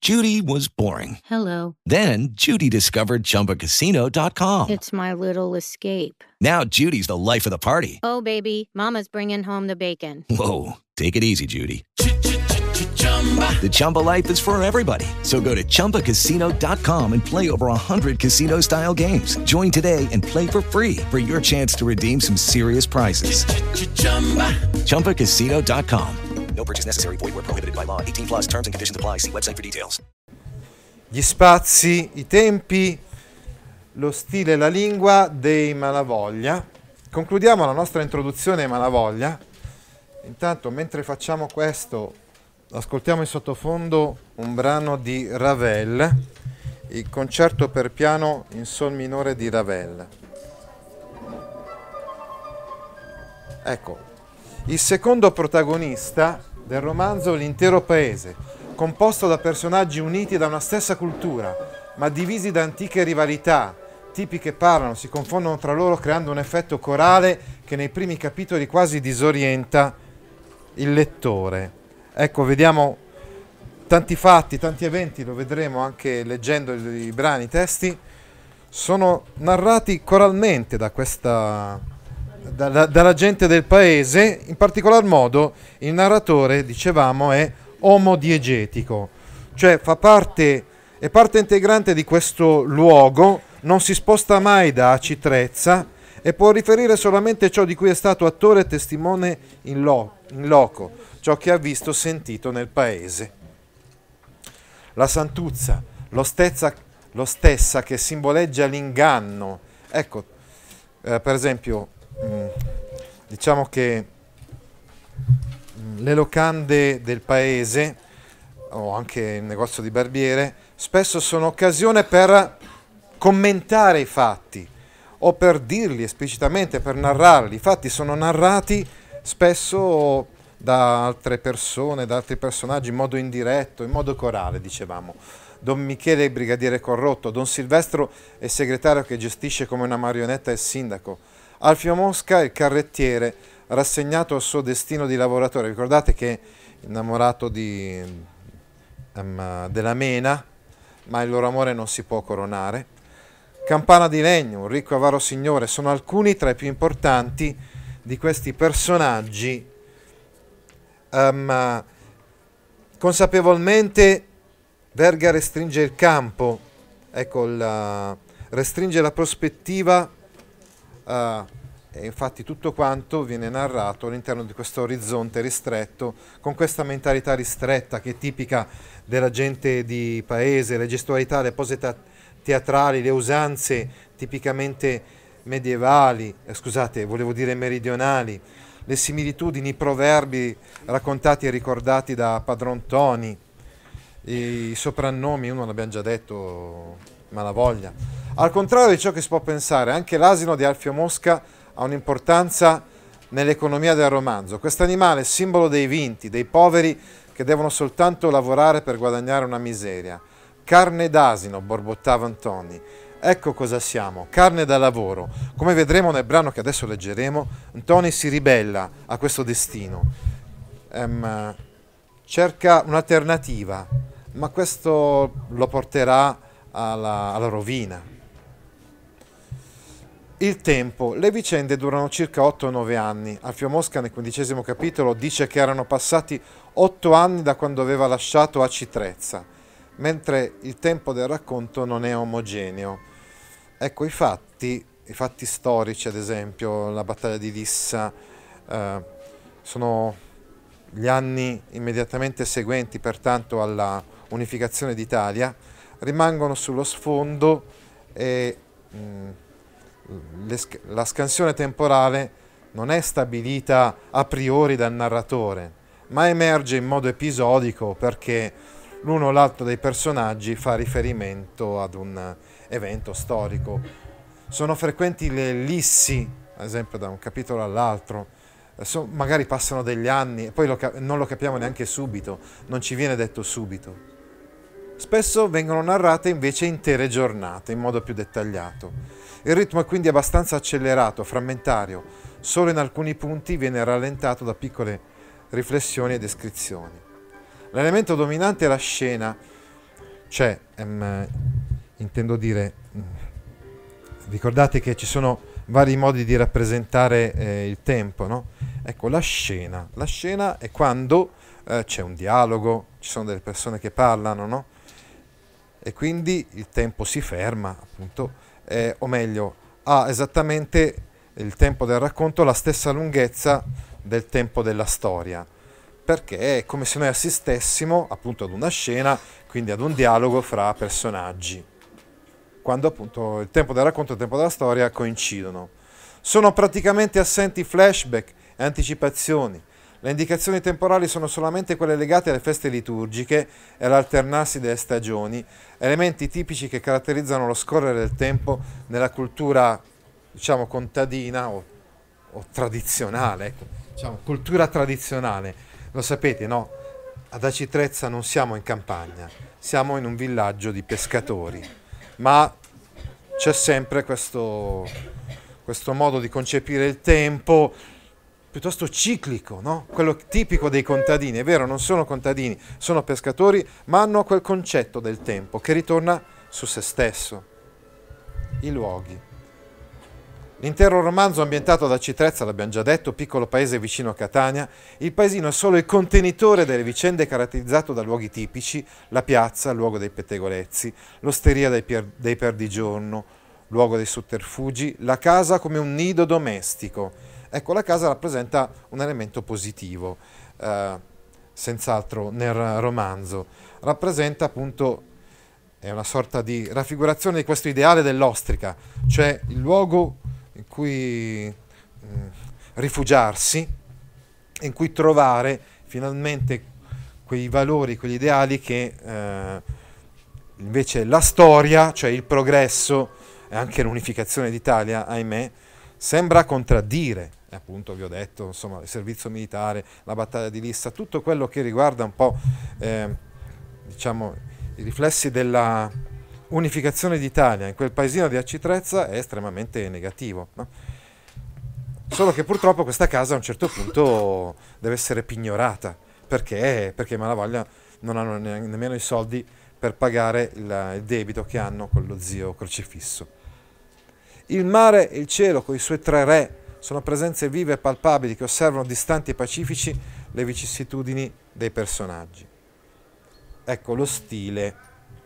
Judy was boring. Hello. Then Judy discovered ChumbaCasino.com. It's my little escape. Now Judy's the life of the party. Oh, baby, mama's bringing home the bacon. Whoa, take it easy, Judy. The Chumba life is for everybody. So go to ChumbaCasino.com and play over 100 casino-style games. Join today and play for free for your chance to redeem some serious prizes. ChumbaCasino.com. No purchase necessary. Void where prohibited by law. 18 plus terms and conditions apply. See website for details. Gli spazi, i tempi, lo stile e la lingua dei Malavoglia. Concludiamo la nostra introduzione ai Malavoglia. Intanto, mentre facciamo questo, ascoltiamo in sottofondo un brano di Ravel, il concerto per piano in sol minore di Ravel. Ecco, il secondo protagonista del romanzo L'intero paese, composto da personaggi uniti da una stessa cultura, ma divisi da antiche rivalità, tipi che parlano, si confondono tra loro creando un effetto corale che nei primi capitoli quasi disorienta il lettore. Ecco, vediamo tanti fatti, tanti eventi, lo vedremo anche leggendo i brani, i testi, sono narrati coralmente dalla gente del paese. In particolar modo il narratore, dicevamo, è omodiegetico, cioè è parte integrante di questo luogo, non si sposta mai da Aci Trezza e può riferire solamente ciò di cui è stato attore e testimone in loco, ciò che ha visto, sentito nel paese. La santuzza, l'ostessa che simboleggia l'inganno. Ecco, per esempio, diciamo che le locande del paese o anche il negozio di barbiere spesso sono occasione per commentare i fatti o per dirli esplicitamente, per narrarli. I fatti sono narrati spesso da altre persone, da altri personaggi in modo indiretto, in modo corale, dicevamo. Don Michele è il brigadiere corrotto, Don Silvestro è il segretario che gestisce come una marionetta il sindaco, Alfio Mosca è il carrettiere rassegnato al suo destino di lavoratore. Ricordate che è innamorato della Mena, ma il loro amore non si può coronare. Campana di legno, un ricco avaro signore, sono alcuni tra i più importanti di questi personaggi. Consapevolmente Verga restringe il campo, ecco, restringe la prospettiva, e infatti tutto quanto viene narrato all'interno di questo orizzonte ristretto, con questa mentalità ristretta che è tipica della gente di paese, le gestualità, le pose teatrali, le usanze tipicamente medievali, meridionali, le similitudini, i proverbi raccontati e ricordati da Padron Toni, i soprannomi, uno l'abbiamo già detto, Malavoglia. Al contrario di ciò che si può pensare, anche l'asino di Alfio Mosca ha un'importanza nell'economia del romanzo. Quest'animale è simbolo dei vinti, dei poveri che devono soltanto lavorare per guadagnare una miseria. Carne d'asino, borbottava Antoni. Ecco cosa siamo, carne da lavoro. Come vedremo nel brano che adesso leggeremo, Antoni si ribella a questo destino. Cerca un'alternativa, ma questo lo porterà alla rovina. Il tempo. Le vicende durano circa 8-9 anni. Alfio Mosca nel 15° capitolo dice che erano passati 8 anni da quando aveva lasciato Aci Trezza, mentre il tempo del racconto non è omogeneo. Ecco, i fatti storici, ad esempio la battaglia di Lissa, sono gli anni immediatamente seguenti pertanto alla unificazione d'Italia, rimangono sullo sfondo e la scansione temporale non è stabilita a priori dal narratore, ma emerge in modo episodico perché l'uno o l'altro dei personaggi fa riferimento ad un evento storico. Sono frequenti le ellissi, ad esempio da un capitolo all'altro, magari passano degli anni e poi non lo capiamo neanche subito, non ci viene detto subito. Spesso vengono narrate invece intere giornate in modo più dettagliato. Il ritmo è quindi abbastanza accelerato, frammentario, solo in alcuni punti viene rallentato da piccole riflessioni e descrizioni. L'elemento dominante è la scena, Cioè, intendo dire, ricordate che ci sono vari modi di rappresentare il tempo, no? Ecco, la scena è quando c'è un dialogo, ci sono delle persone che parlano, no? E quindi il tempo si ferma, appunto, o meglio, ha esattamente il tempo del racconto la stessa lunghezza del tempo della storia, perché è come se noi assistessimo appunto ad una scena, quindi ad un dialogo fra personaggi, quando appunto il tempo del racconto e il tempo della storia coincidono. Sono praticamente assenti flashback e anticipazioni. Le indicazioni temporali sono solamente quelle legate alle feste liturgiche e all'alternarsi delle stagioni, elementi tipici che caratterizzano lo scorrere del tempo nella cultura, diciamo, contadina o tradizionale, ecco. Diciamo, cultura tradizionale. Lo sapete, no? Ad Aci Trezza non siamo in campagna, siamo in un villaggio di pescatori, ma c'è sempre questo modo di concepire il tempo piuttosto ciclico, no? Quello tipico dei contadini. È vero, non sono contadini, sono pescatori, ma hanno quel concetto del tempo che ritorna su se stesso. I luoghi. L'intero romanzo ambientato ad Aci Trezza, l'abbiamo già detto, piccolo paese vicino a Catania, il paesino è solo il contenitore delle vicende caratterizzato da luoghi tipici, la piazza, il luogo dei pettegolezzi, l'osteria dei perdigiorno, luogo dei sotterfugi, la casa come un nido domestico. Ecco, la casa rappresenta un elemento positivo, senz'altro nel romanzo. Rappresenta appunto, è una sorta di raffigurazione di questo ideale dell'ostrica, cioè il luogo in cui rifugiarsi, in cui trovare finalmente quei valori, quegli ideali che invece la storia, cioè il progresso e anche l'unificazione d'Italia, ahimè, sembra contraddire. Appunto vi ho detto, insomma, il servizio militare, la battaglia di Lissa, tutto quello che riguarda un po' diciamo i riflessi della unificazione d'Italia in quel paesino di Aci Trezza è estremamente negativo, no? Solo che purtroppo questa casa a un certo punto deve essere pignorata, perché Malavoglia non hanno nemmeno i soldi per pagare il debito che hanno con lo zio crocifisso. Il mare e il cielo con i suoi tre re sono presenze vive e palpabili che osservano distanti e pacifici le vicissitudini dei personaggi. Ecco lo stile.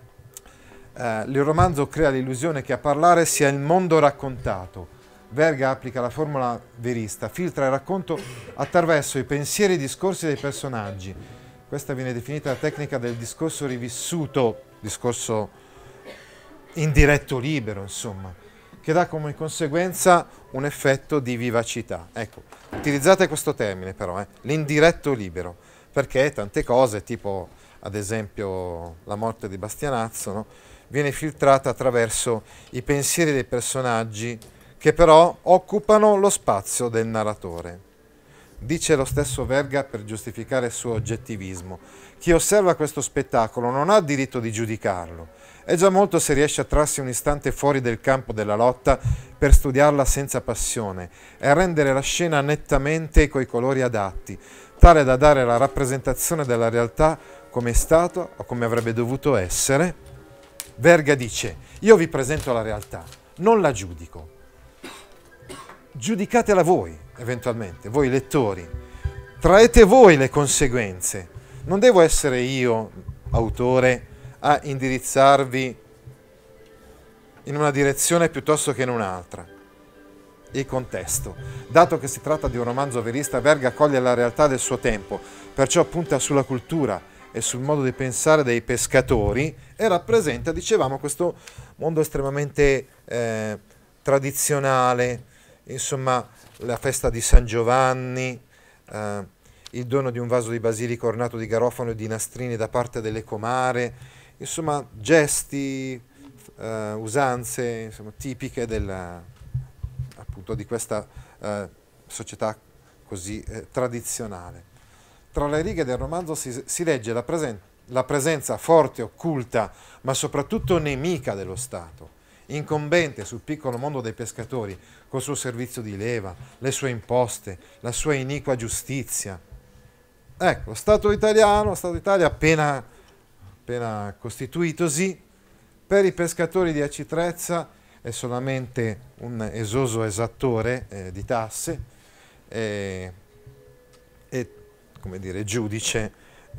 Il romanzo crea l'illusione che a parlare sia il mondo raccontato. Verga applica la formula verista, filtra il racconto attraverso i pensieri e i discorsi dei personaggi. Questa viene definita la tecnica del discorso rivissuto, discorso indiretto libero, insomma, che dà come conseguenza un effetto di vivacità. Ecco, utilizzate questo termine però, l'indiretto libero, perché tante cose, tipo ad esempio la morte di Bastianazzo, no, viene filtrata attraverso i pensieri dei personaggi che però occupano lo spazio del narratore. Dice lo stesso Verga per giustificare il suo oggettivismo: chi osserva questo spettacolo non ha diritto di giudicarlo. È già molto se riesce a trarsi un istante fuori del campo della lotta per studiarla senza passione e a rendere la scena nettamente coi colori adatti, tale da dare la rappresentazione della realtà come è stato o come avrebbe dovuto essere. Verga dice: io vi presento la realtà, non la giudico. Giudicatela voi, eventualmente, voi lettori. Traete voi le conseguenze. Non devo essere io, autore, a indirizzarvi in una direzione piuttosto che in un'altra. Il contesto. Dato che si tratta di un romanzo verista, Verga coglie la realtà del suo tempo, perciò punta sulla cultura e sul modo di pensare dei pescatori e rappresenta, dicevamo, questo mondo estremamente tradizionale, insomma, la festa di San Giovanni, il dono di un vaso di basilico ornato di garofano e di nastrini da parte delle comare, insomma, gesti, usanze, insomma, tipiche appunto di questa società così tradizionale. Tra le righe del romanzo si legge la presenza forte, occulta, ma soprattutto nemica dello Stato, incombente sul piccolo mondo dei pescatori, col suo servizio di leva, le sue imposte, la sua iniqua giustizia. Ecco, lo Stato Italia appena appena costituitosi. Per i pescatori di Aci Trezza è solamente un esoso esattore di tasse e come dire, giudice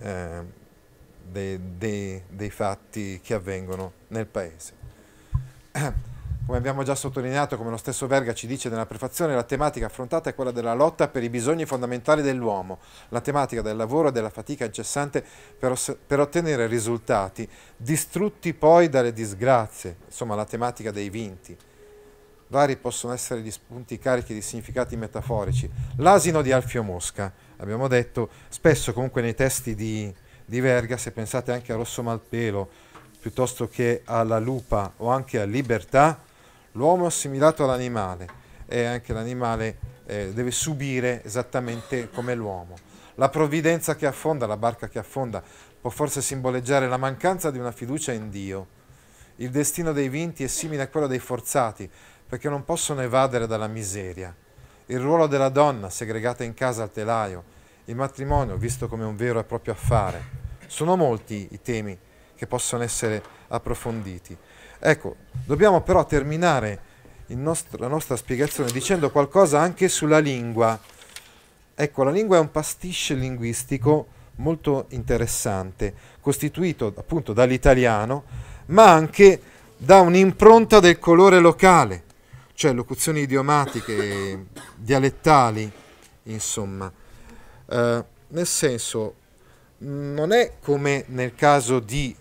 dei fatti che avvengono nel paese. Come abbiamo già sottolineato, come lo stesso Verga ci dice nella prefazione, la tematica affrontata è quella della lotta per i bisogni fondamentali dell'uomo, la tematica del lavoro e della fatica incessante per ottenere risultati, distrutti poi dalle disgrazie, insomma la tematica dei vinti. Vari possono essere gli spunti carichi di significati metaforici. L'asino di Alfio Mosca, abbiamo detto, spesso comunque nei testi di Verga, se pensate anche a Rosso Malpelo, piuttosto che alla Lupa o anche a Libertà, l'uomo è assimilato all'animale e anche l'animale deve subire esattamente come l'uomo. La provvidenza che affonda, la barca che affonda, può forse simboleggiare la mancanza di una fiducia in Dio. Il destino dei vinti è simile a quello dei forzati, perché non possono evadere dalla miseria. Il ruolo della donna, segregata in casa al telaio, il matrimonio visto come un vero e proprio affare. Sono molti i temi che possono essere approfonditi. Ecco, dobbiamo però terminare la nostra spiegazione dicendo qualcosa anche sulla lingua. Ecco, la lingua è un pasticcio linguistico molto interessante, costituito appunto dall'italiano, ma anche da un'impronta del colore locale, cioè locuzioni idiomatiche, dialettali, insomma. Nel senso, non è come nel caso di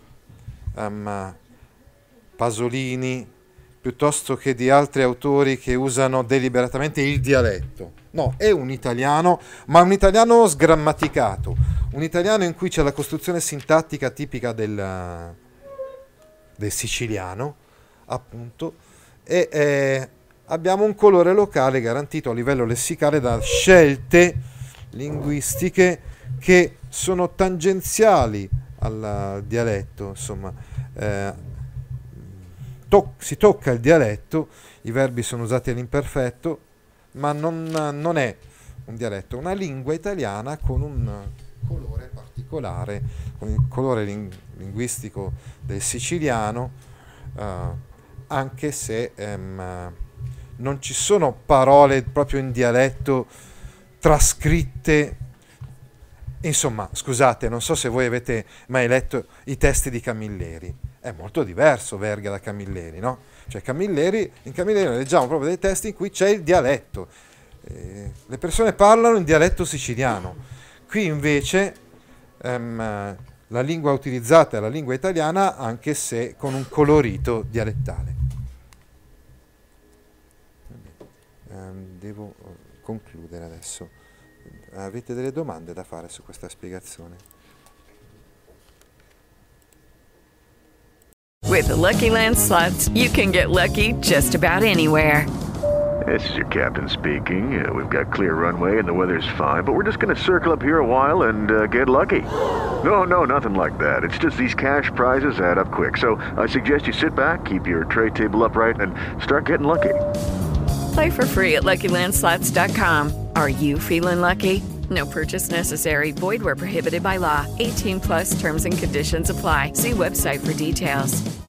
Pasolini, piuttosto che di altri autori che usano deliberatamente il dialetto. No, è un italiano, ma un italiano sgrammaticato, un italiano in cui c'è la costruzione sintattica tipica del siciliano, appunto, e abbiamo un colore locale garantito a livello lessicale da scelte linguistiche che sono tangenziali al dialetto, insomma. Si tocca il dialetto, i verbi sono usati all'imperfetto, ma non è un dialetto, è una lingua italiana con un colore particolare, con il colore linguistico del siciliano, anche se non ci sono parole proprio in dialetto trascritte. Insomma, scusate, non so se voi avete mai letto i testi di Camilleri. È molto diverso Verga da Camilleri, no? Cioè in Camilleri leggiamo proprio dei testi in cui c'è il dialetto. Le persone parlano in dialetto siciliano. Qui invece la lingua utilizzata è la lingua italiana, anche se con un colorito dialettale. Devo concludere adesso. Avete delle domande da fare su questa spiegazione? With the Lucky Land Slots, you can get lucky just about anywhere. This is your captain speaking. We've got clear runway and the weather's fine, but we're just going to circle up here a while and get lucky. No, nothing like that. It's just these cash prizes add up quick. So I suggest you sit back, keep your tray table upright, and start getting lucky. Play for free at LuckyLandSlots.com. Are you feeling lucky? No purchase necessary. Void where prohibited by law. 18+ terms and conditions apply. See website for details.